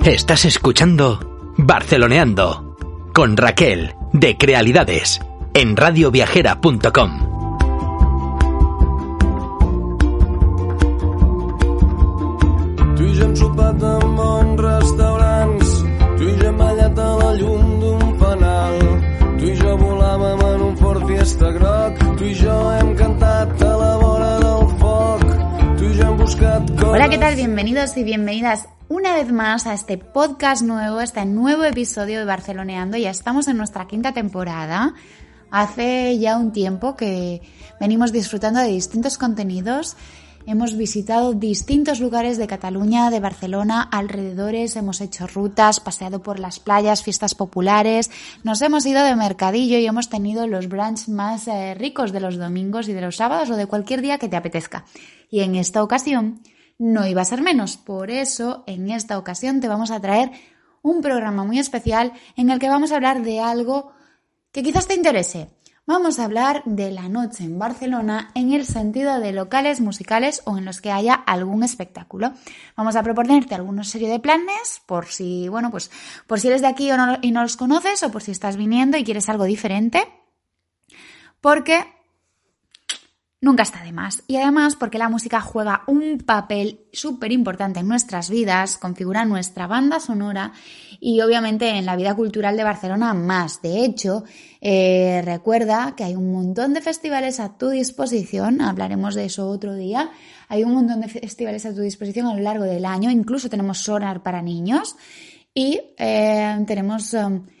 Estás escuchando Barceloneando con Raquel de Crealidades en radioviajera.com. Tu i jo hem sopat en bons restaurants, tu i jo hem ballat a la llum d'un fanal, tu i jo volàvem en un Ford Fiesta groc, tu i jo hem cantat a la vora del foc, tu i jo hem buscat coses... Hola, ¿qué tal? Bienvenidos y bienvenidas una vez más a este podcast nuevo, este nuevo episodio de Barceloneando. Ya estamos en nuestra quinta temporada. Hace ya un tiempo que venimos disfrutando de distintos contenidos. Hemos visitado distintos lugares de Cataluña, de Barcelona, alrededores, hemos hecho rutas, paseado por las playas, fiestas populares, nos hemos ido de mercadillo y hemos tenido los brunch más ricos de los domingos y de los sábados o de cualquier día que te apetezca. Y en esta ocasión no iba a ser menos, por eso en esta ocasión te vamos a traer un programa muy especial en el que vamos a hablar de algo que quizás te interese. Vamos a hablar de la noche en Barcelona en el sentido de locales musicales o en los que haya algún espectáculo. Vamos a proponerte alguna serie de planes por si, por si eres de aquí y no los conoces o por si estás viniendo y quieres algo diferente, porque nunca está de más. Y además porque la música juega un papel súper importante en nuestras vidas, configura nuestra banda sonora y obviamente en la vida cultural de Barcelona más. De hecho, recuerda que hay un montón de festivales a tu disposición, hablaremos de eso otro día. Hay un montón de festivales a tu disposición a lo largo del año, incluso tenemos Sonar para niños y tenemos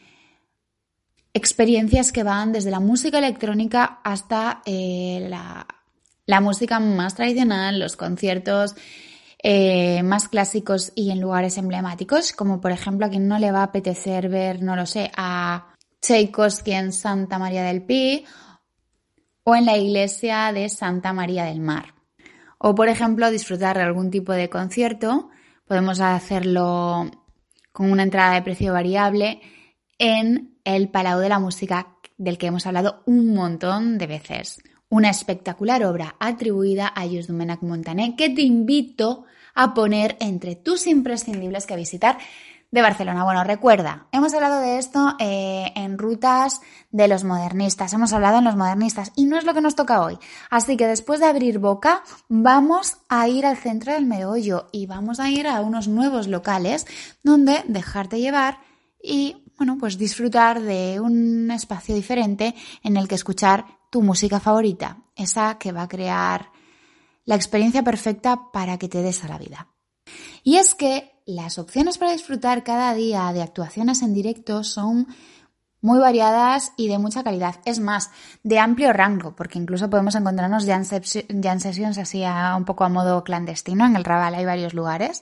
experiencias que van desde la música electrónica hasta la música más tradicional, los conciertos más clásicos y en lugares emblemáticos, como por ejemplo a quien no le va a apetecer ver, no lo sé, a Tchaikovsky en Santa María del Pi o en la iglesia de Santa María del Mar. O por ejemplo disfrutar de algún tipo de concierto, podemos hacerlo con una entrada de precio variable en el Palau de la Música, del que hemos hablado un montón de veces. Una espectacular obra atribuida a Lluís Domènech Montaner que te invito a poner entre tus imprescindibles que visitar de Barcelona. Bueno, recuerda, hemos hablado de esto en rutas de los modernistas, hemos hablado en los modernistas y no es lo que nos toca hoy. Así que después de abrir boca, vamos a ir al centro del meollo y vamos a ir a unos nuevos locales donde dejarte llevar y pues disfrutar de un espacio diferente en el que escuchar tu música favorita, esa que va a crear la experiencia perfecta para que te des a la vida. Y es que las opciones para disfrutar cada día de actuaciones en directo son muy variadas y de mucha calidad. Es más, de amplio rango, porque incluso podemos encontrarnos jam sessions así un poco a modo clandestino. En el Raval hay varios lugares.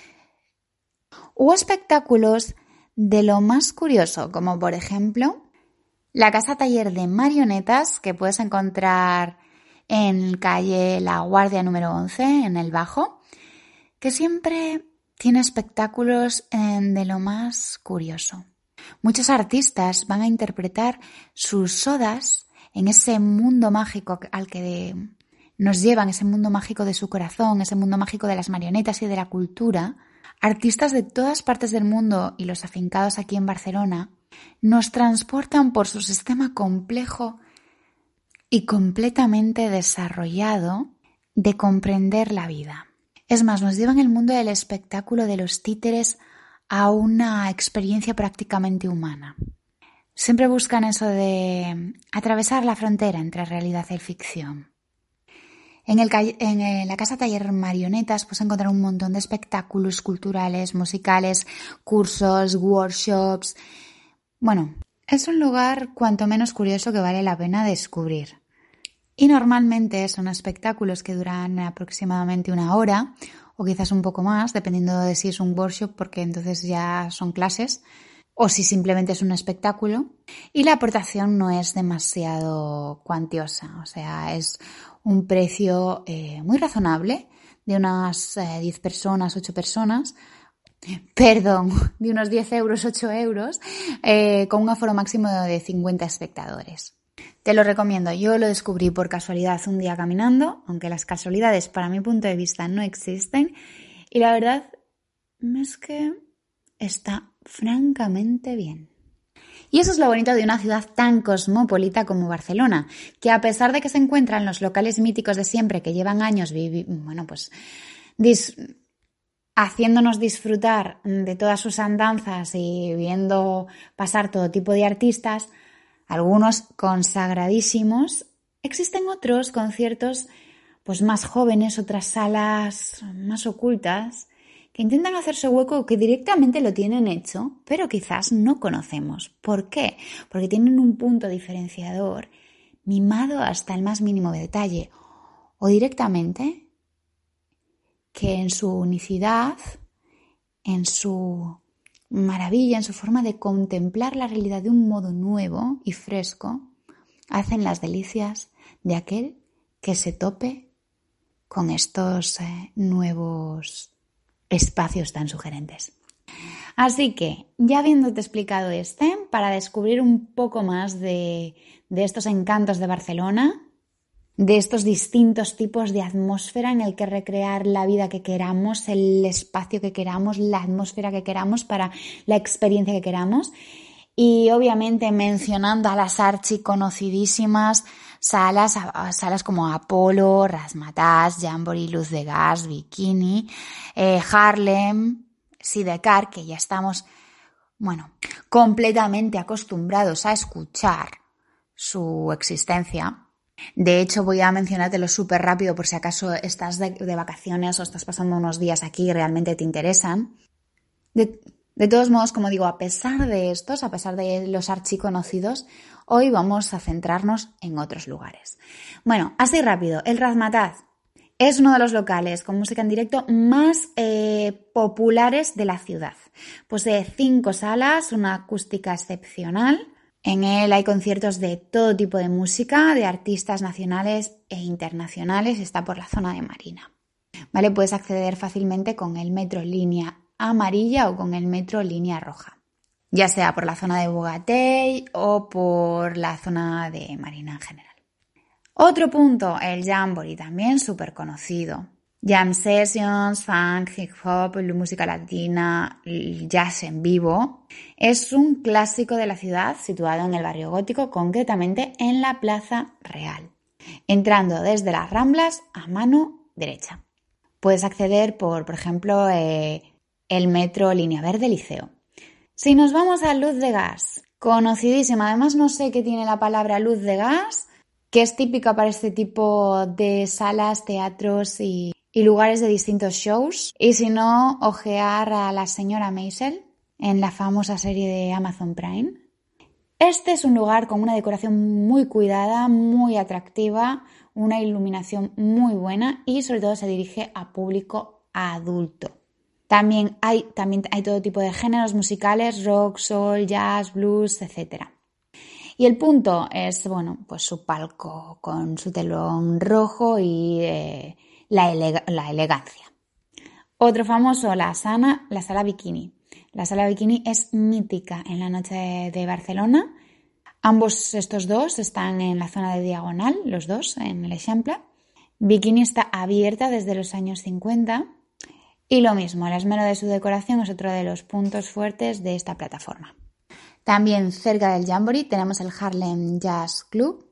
O espectáculos de lo más curioso, como por ejemplo la casa taller de marionetas que puedes encontrar en calle La Guardia número 11, en el Bajo, que siempre tiene espectáculos de lo más curioso. Muchos artistas van a interpretar sus odas en ese mundo mágico al que nos llevan, ese mundo mágico de su corazón, ese mundo mágico de las marionetas y de la cultura. Artistas de todas partes del mundo y los afincados aquí en Barcelona nos transportan por su sistema complejo y completamente desarrollado de comprender la vida. Es más, nos llevan el mundo del espectáculo de los títeres a una experiencia prácticamente humana. Siempre buscan eso de atravesar la frontera entre realidad y ficción. En la Casa Taller Marionetas puedes encontrar un montón de espectáculos culturales, musicales, cursos, workshops. Bueno, es un lugar cuanto menos curioso que vale la pena descubrir. Y normalmente son espectáculos que duran aproximadamente 1 hora o quizás un poco más, dependiendo de si es un workshop, porque entonces ya son clases, o si simplemente es un espectáculo. Y la aportación no es demasiado cuantiosa, o sea, es un precio muy razonable, de unas 10 personas, 8 personas, de unos 10 euros, 8 euros, con un aforo máximo de 50 espectadores. Te lo recomiendo, yo lo descubrí por casualidad un día caminando, aunque las casualidades para mi punto de vista no existen, y la verdad es que está francamente bien. Y eso es lo bonito de una ciudad tan cosmopolita como Barcelona, que a pesar de que se encuentran los locales míticos de siempre que llevan años haciéndonos disfrutar de todas sus andanzas y viendo pasar todo tipo de artistas, algunos consagradísimos, existen otros conciertos pues más jóvenes, otras salas más ocultas, que intentan hacerse hueco o que directamente lo tienen hecho, pero quizás no conocemos. ¿Por qué? Porque tienen un punto diferenciador mimado hasta el más mínimo detalle, o directamente que en su unicidad, en su maravilla, en su forma de contemplar la realidad de un modo nuevo y fresco, hacen las delicias de aquel que se tope con estos nuevos espacios tan sugerentes. Así que, ya habiéndote explicado para descubrir un poco más de estos encantos de Barcelona, de estos distintos tipos de atmósfera en el que recrear la vida que queramos, el espacio que queramos, la atmósfera que queramos para la experiencia que queramos, y obviamente mencionando a las archiconocidísimas salas como Apolo, Razzmatazz, Jamboree, Luz de Gas, Bikini, Harlem, Sidecar, que ya estamos, completamente acostumbrados a escuchar su existencia. De hecho, voy a mencionártelo súper rápido por si acaso estás de vacaciones o estás pasando unos días aquí y realmente te interesan. De todos modos, como digo, a pesar de estos, a pesar de los archiconocidos, hoy vamos a centrarnos en otros lugares. Bueno, así rápido, el Razzmatazz es uno de los locales con música en directo más populares de la ciudad. Posee 5 salas, una acústica excepcional. En él hay conciertos de todo tipo de música, de artistas nacionales e internacionales. Está por la zona de Marina. ¿Vale? Puedes acceder fácilmente con el metro línea amarilla o con el metro línea roja, ya sea por la zona de Bogatell o por la zona de Marina en general. Otro punto, el Jamboree, también súper conocido. Jam sessions, funk, hip hop, música latina, jazz en vivo. Es un clásico de la ciudad situado en el barrio gótico, concretamente en la Plaza Real, entrando desde las Ramblas a mano derecha. Puedes acceder por ejemplo, el metro Línea Verde Liceo. Si nos vamos a Luz de Gas, conocidísima, además no sé qué tiene la palabra Luz de Gas, que es típica para este tipo de salas, teatros y lugares de distintos shows. Y si no, ojear a la señora Maisel en la famosa serie de Amazon Prime. Este es un lugar con una decoración muy cuidada, muy atractiva, una iluminación muy buena y sobre todo se dirige a público adulto. También hay todo tipo de géneros musicales, rock, soul, jazz, blues, etc. Y el punto es, pues su palco con su telón rojo y la elegancia. Otro famoso, la sala Bikini. La sala Bikini es mítica en la noche de Barcelona. Estos dos están en la zona de Diagonal, los dos, en el Eixample. Bikini está abierta desde los años 50. Y lo mismo, el esmero de su decoración es otro de los puntos fuertes de esta plataforma. También cerca del Jamboree tenemos el Harlem Jazz Club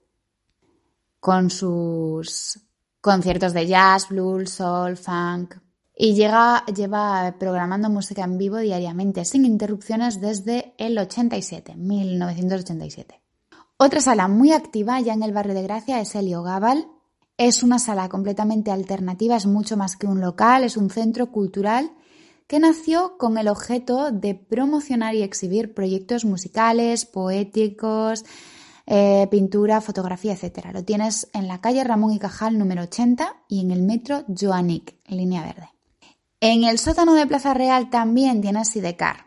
con sus conciertos de jazz, blues, soul, funk y lleva programando música en vivo diariamente sin interrupciones desde el 1987. Otra sala muy activa ya en el barrio de Gracia es Helio Gabal. Es una sala completamente alternativa, es mucho más que un local, es un centro cultural que nació con el objeto de promocionar y exhibir proyectos musicales, poéticos, pintura, fotografía, etc. Lo tienes en la calle Ramón y Cajal número 80 y en el metro Joanic, línea verde. En el sótano de Plaza Real también tienes Sidecar.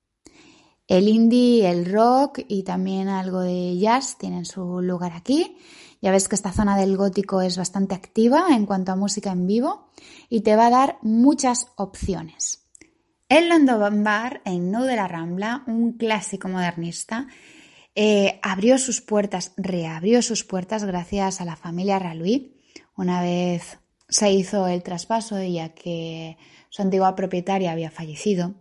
El indie, el rock y también algo de jazz tienen su lugar aquí. Ya ves que esta zona del gótico es bastante activa en cuanto a música en vivo y te va a dar muchas opciones. El London Bar en Nou de la Rambla, un clásico modernista, reabrió sus puertas gracias a la familia Raluí. Una vez se hizo el traspaso ya que su antigua propietaria había fallecido.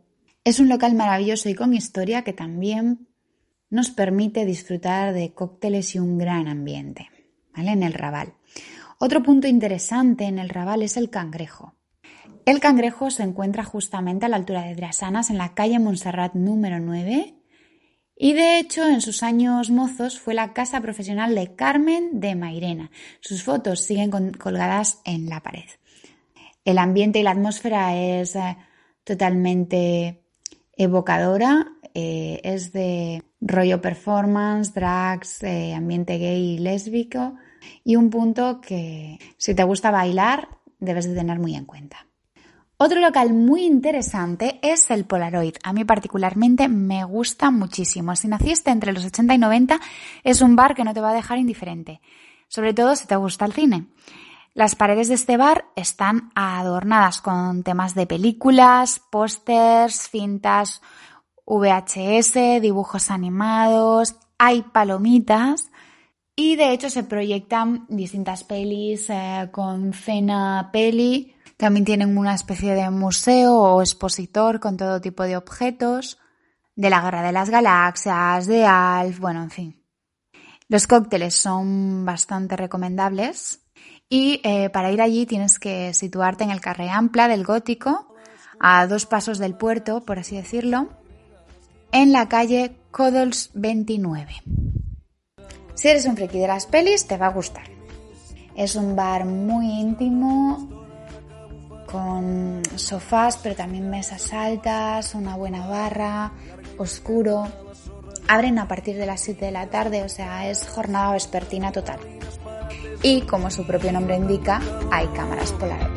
Es un local maravilloso y con historia que también nos permite disfrutar de cócteles y un gran ambiente, ¿vale? En el Raval. Otro punto interesante en el Raval es el Cangrejo. El Cangrejo se encuentra justamente a la altura de Drassanas, en la calle Montserrat número 9, y de hecho en sus años mozos fue la casa profesional de Carmen de Mairena. Sus fotos siguen colgadas en la pared. El ambiente y la atmósfera es totalmente evocadora, es de rollo performance, drags, ambiente gay y lésbico, y un punto que si te gusta bailar debes de tener muy en cuenta. Otro local muy interesante es el Polaroid. A mí particularmente me gusta muchísimo. Si naciste entre los 80 y 90, es un bar que no te va a dejar indiferente, sobre todo si te gusta el cine. Las paredes de este bar están adornadas con temas de películas, pósters, cintas VHS, dibujos animados, hay palomitas y de hecho se proyectan distintas pelis con cena peli. También tienen una especie de museo o expositor con todo tipo de objetos, de la Guerra de las Galaxias, de Alf, bueno, en fin. Los cócteles son bastante recomendables y para ir allí tienes que situarte en el Carrer Ample del Gótico, a 2 pasos del puerto, por así decirlo, en la calle Códols 29. Si eres un friki de las pelis, te va a gustar. Es un bar muy íntimo, con sofás, pero también mesas altas, una buena barra, oscuro. Abren a partir de las 7 de la tarde, o sea, es jornada vespertina total. Y como su propio nombre indica, hay cámaras Polaroid.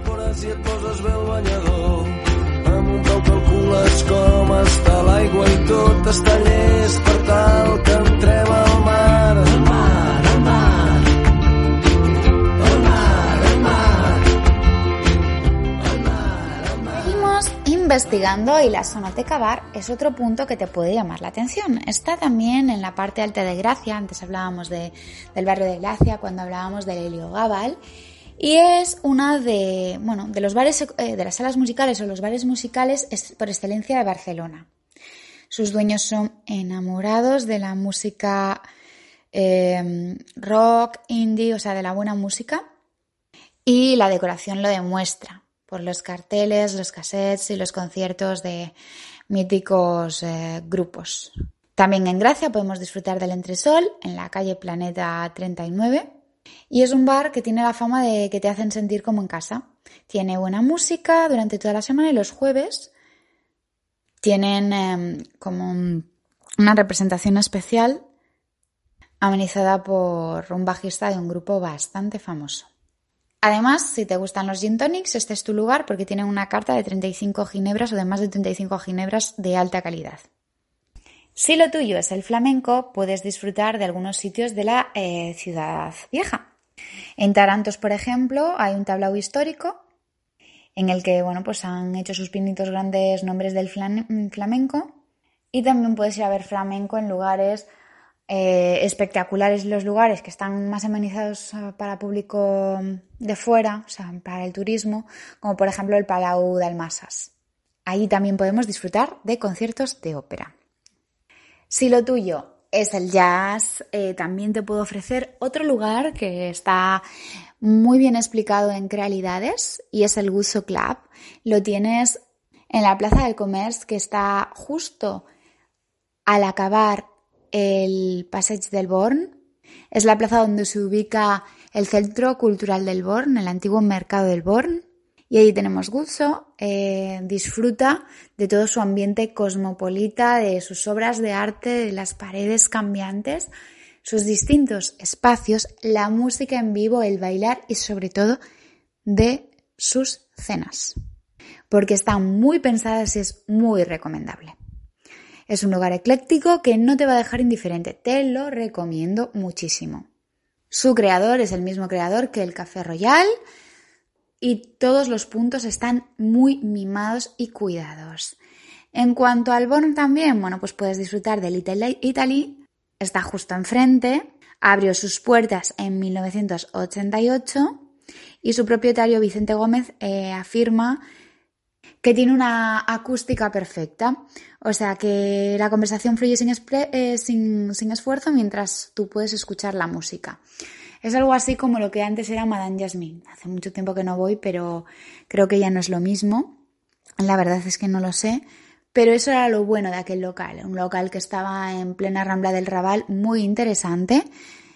Amb un peu calcules com està l'aigua i tot està llest per tal que entrem al mar. Al mar, al mar. Al mar, al mar. Al mar, al mar. Seguimos investigando y la Sonoteca Bar es otro punto que te puede llamar la atención. Está también en la parte alta de Gracia. Antes hablábamos del barrio de Gracia cuando hablábamos del Heliogàbal. Y es una de los bares, de las salas musicales o los bares musicales por excelencia de Barcelona. Sus dueños son enamorados de la música rock, indie, o sea, de la buena música. Y la decoración lo demuestra por los carteles, los cassettes y los conciertos de míticos grupos. También en Gracia podemos disfrutar del Entresol, en la calle Planeta 39. Y es un bar que tiene la fama de que te hacen sentir como en casa. Tiene buena música durante toda la semana y los jueves tienen como una representación especial amenizada por un bajista de un grupo bastante famoso. Además, si te gustan los gin tonics, este es tu lugar porque tienen una carta de 35 ginebras o de más de 35 ginebras de alta calidad. Si lo tuyo es el flamenco, puedes disfrutar de algunos sitios de la ciudad vieja. En Tarantos, por ejemplo, hay un tablao histórico en el que pues han hecho sus pinitos grandes nombres del flamenco y también puedes ir a ver flamenco en lugares espectaculares, los lugares que están más amenizados para público de fuera, o sea, para el turismo, como por ejemplo el Palau d'Almassas. Allí también podemos disfrutar de conciertos de ópera. Si lo tuyo es el jazz, también te puedo ofrecer otro lugar que está muy bien explicado en Crealidades y es el Gusto Club. Lo tienes en la Plaza del Comerç, que está justo al acabar el Passeig del Born. Es la plaza donde se ubica el Centro Cultural del Born, el antiguo Mercado del Born. Y ahí tenemos Gusto, disfruta de todo su ambiente cosmopolita, de sus obras de arte, de las paredes cambiantes, sus distintos espacios, la música en vivo, el bailar y sobre todo de sus cenas. Porque están muy pensadas y es muy recomendable. Es un lugar ecléctico que no te va a dejar indiferente, te lo recomiendo muchísimo. Su creador es el mismo creador que el Café Royal, y todos los puntos están muy mimados y cuidados. En cuanto al Born también, pues puedes disfrutar del Little Italy, está justo enfrente, abrió sus puertas en 1988 y su propietario Vicente Gómez afirma que tiene una acústica perfecta. O sea que la conversación fluye sin esfuerzo mientras tú puedes escuchar la música. Es algo así como lo que antes era Madame Jasmine. Hace mucho tiempo que no voy, pero creo que ya no es lo mismo. La verdad es que no lo sé. Pero eso era lo bueno de aquel local. Un local que estaba en plena Rambla del Raval, muy interesante.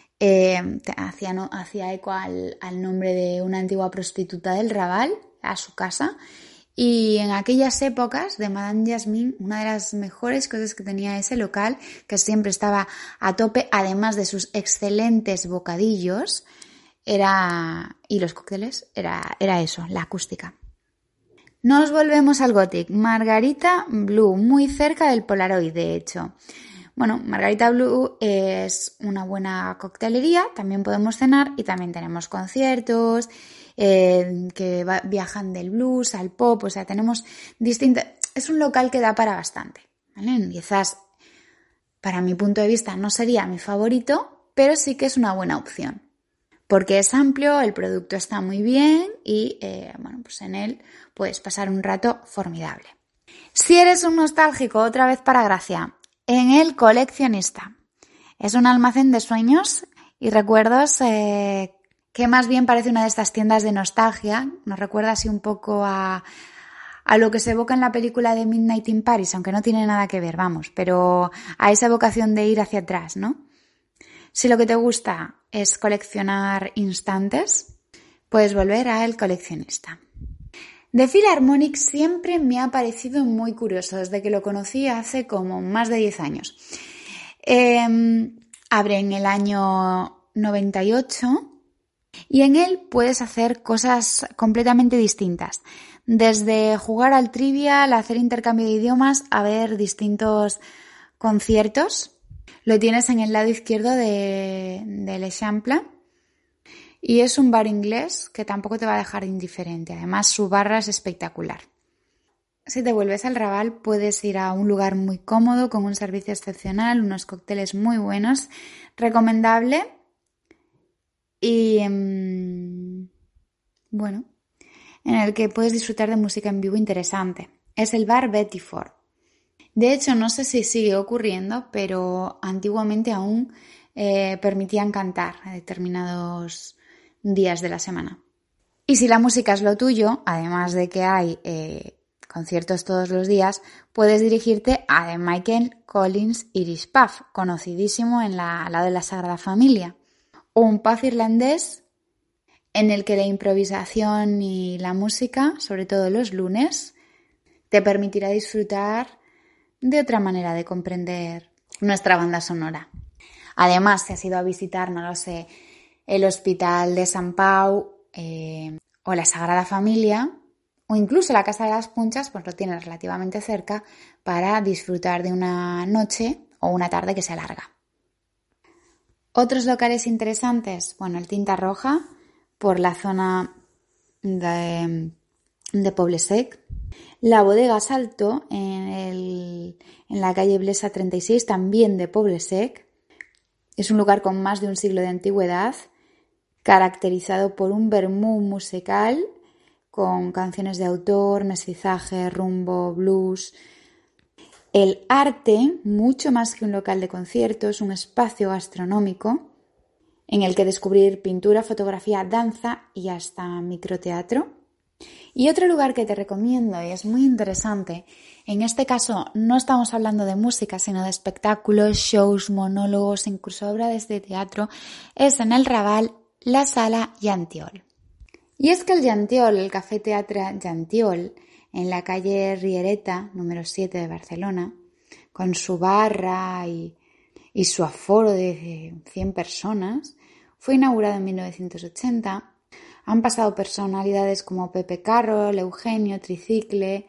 Hacía eco al nombre de una antigua prostituta del Raval, a su casa. Y en aquellas épocas de Madame Jasmine, una de las mejores cosas que tenía ese local, que siempre estaba a tope, además de sus excelentes bocadillos, y los cócteles, era eso, la acústica. Nos volvemos al Gothic. Margarita Blue, muy cerca del Polaroid, de hecho. Bueno, Margarita Blue es una buena coctelería, también podemos cenar y también tenemos conciertos que viajan del blues al pop, o sea, tenemos distintas... Es un local que da para bastante, ¿vale? Quizás, para mi punto de vista, no sería mi favorito, pero sí que es una buena opción, porque es amplio, el producto está muy bien y, pues en él puedes pasar un rato formidable. Si eres un nostálgico, otra vez para Gracia, en El Coleccionista. Es un almacén de sueños y recuerdos que más bien parece una de estas tiendas de nostalgia. Nos recuerda así un poco a lo que se evoca en la película de Midnight in Paris, aunque no tiene nada que ver, vamos, pero a esa evocación de ir hacia atrás, ¿no? Si lo que te gusta es coleccionar instantes, puedes volver a El Coleccionista. The Philharmonic siempre me ha parecido muy curioso, desde que lo conocí hace como más de 10 años. Abre en el año 98 y en él puedes hacer cosas completamente distintas. Desde jugar al trivial, hacer intercambio de idiomas, a ver distintos conciertos. Lo tienes en el lado izquierdo de l'Eixample. Y es un bar inglés que tampoco te va a dejar indiferente. Además, su barra es espectacular. Si te vuelves al Raval, puedes ir a un lugar muy cómodo, con un servicio excepcional, unos cócteles muy buenos, recomendable. Y, en el que puedes disfrutar de música en vivo interesante. Es el bar Betty Ford. De hecho, no sé si sigue ocurriendo, pero antiguamente aún permitían cantar a determinados días de la semana. Y si la música es lo tuyo, además de que hay conciertos todos los días, puedes dirigirte a The Michael Collins Irish Pub, conocidísimo al lado de la Sagrada Familia, o un pub irlandés en el que la improvisación y la música, sobre todo los lunes, te permitirá disfrutar de otra manera de comprender nuestra banda sonora. Además, si has ido a visitar, no lo sé, el Hospital de Sant Pau o la Sagrada Familia, o incluso la Casa de las Punchas, pues lo tienes relativamente cerca para disfrutar de una noche o una tarde que sea larga. Otros locales interesantes, bueno, el Tinta Roja, por la zona de Poble Sec. La Bodega Salto, en la calle Blesa 36, también de Poble Sec. Es un lugar con más de un siglo de antigüedad, caracterizado por un vermú musical con canciones de autor, mestizaje, rumbo, blues. El arte, mucho más que un local de conciertos, un espacio gastronómico en el que descubrir pintura, fotografía, danza y hasta microteatro. Y otro lugar que te recomiendo y es muy interesante, en este caso no estamos hablando de música, sino de espectáculos, shows, monólogos, incluso obras de teatro, es en el Raval, la Sala Llantiol. Y es que el Llantiol, el Café Teatre Llantiol, en la calle Riereta, número 7 de Barcelona, con su barra y su aforo de 100 personas, fue inaugurado en 1980. Han pasado personalidades como Pepe Carroll, Eugenio, Tricicle,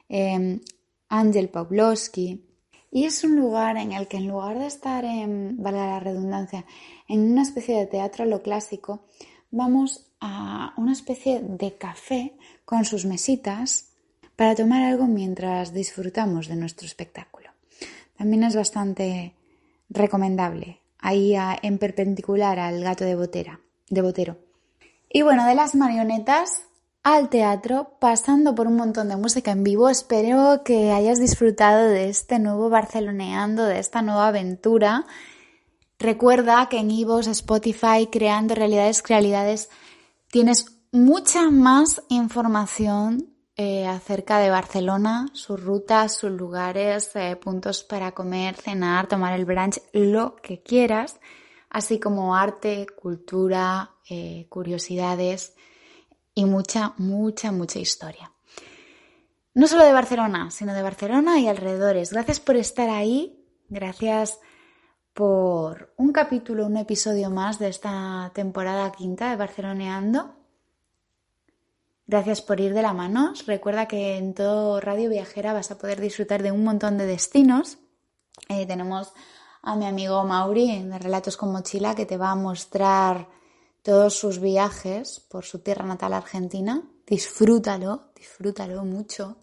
Ángel Pawlowski. Y es un lugar en el que, en lugar de estar valga la redundancia, en una especie de teatro a lo clásico, vamos a una especie de café con sus mesitas para tomar algo mientras disfrutamos de nuestro espectáculo. También es bastante recomendable, ahí en perpendicular al Gato de Botero. Y bueno, de las marionetas, al teatro, pasando por un montón de música en vivo. Espero que hayas disfrutado de este nuevo Barceloneando, de esta nueva aventura. Recuerda que en iVoox, Spotify, Creando Realidades, tienes mucha más información acerca de Barcelona, sus rutas, sus lugares, puntos para comer, cenar, tomar el brunch, lo que quieras, así como arte, cultura, curiosidades y mucha historia. No solo de Barcelona, sino de Barcelona y alrededores. Gracias por estar ahí, gracias por un episodio más de esta temporada 5 de Barceloneando. Gracias por ir de la mano. Recuerda que en todo Radio Viajera vas a poder disfrutar de un montón de destinos. Tenemos a mi amigo Mauri de Relatos con Mochila, que te va a mostrar todos sus viajes por su tierra natal, Argentina. Disfrútalo mucho.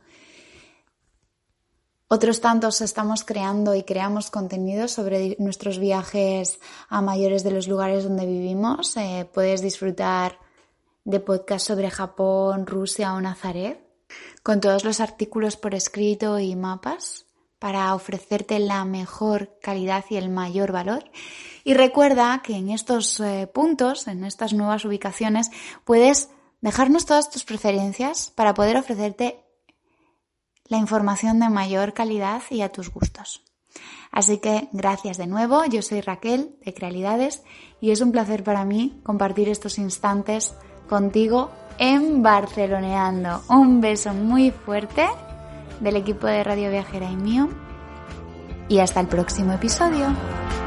Otros tantos estamos creando y creamos contenidos sobre nuestros viajes a mayores de los lugares donde vivimos. Puedes disfrutar de podcast sobre Japón, Rusia o Nazaret, con todos los artículos por escrito y mapas para ofrecerte la mejor calidad y el mayor valor. Y recuerda que en estos puntos, en estas nuevas ubicaciones, puedes dejarnos todas tus preferencias para poder ofrecerte la información de mayor calidad y a tus gustos. Así que gracias de nuevo, yo soy Raquel de Crealidades y es un placer para mí compartir estos instantes contigo en Barceloneando. Un beso muy fuerte del equipo de Radio Viajera y mío y hasta el próximo episodio.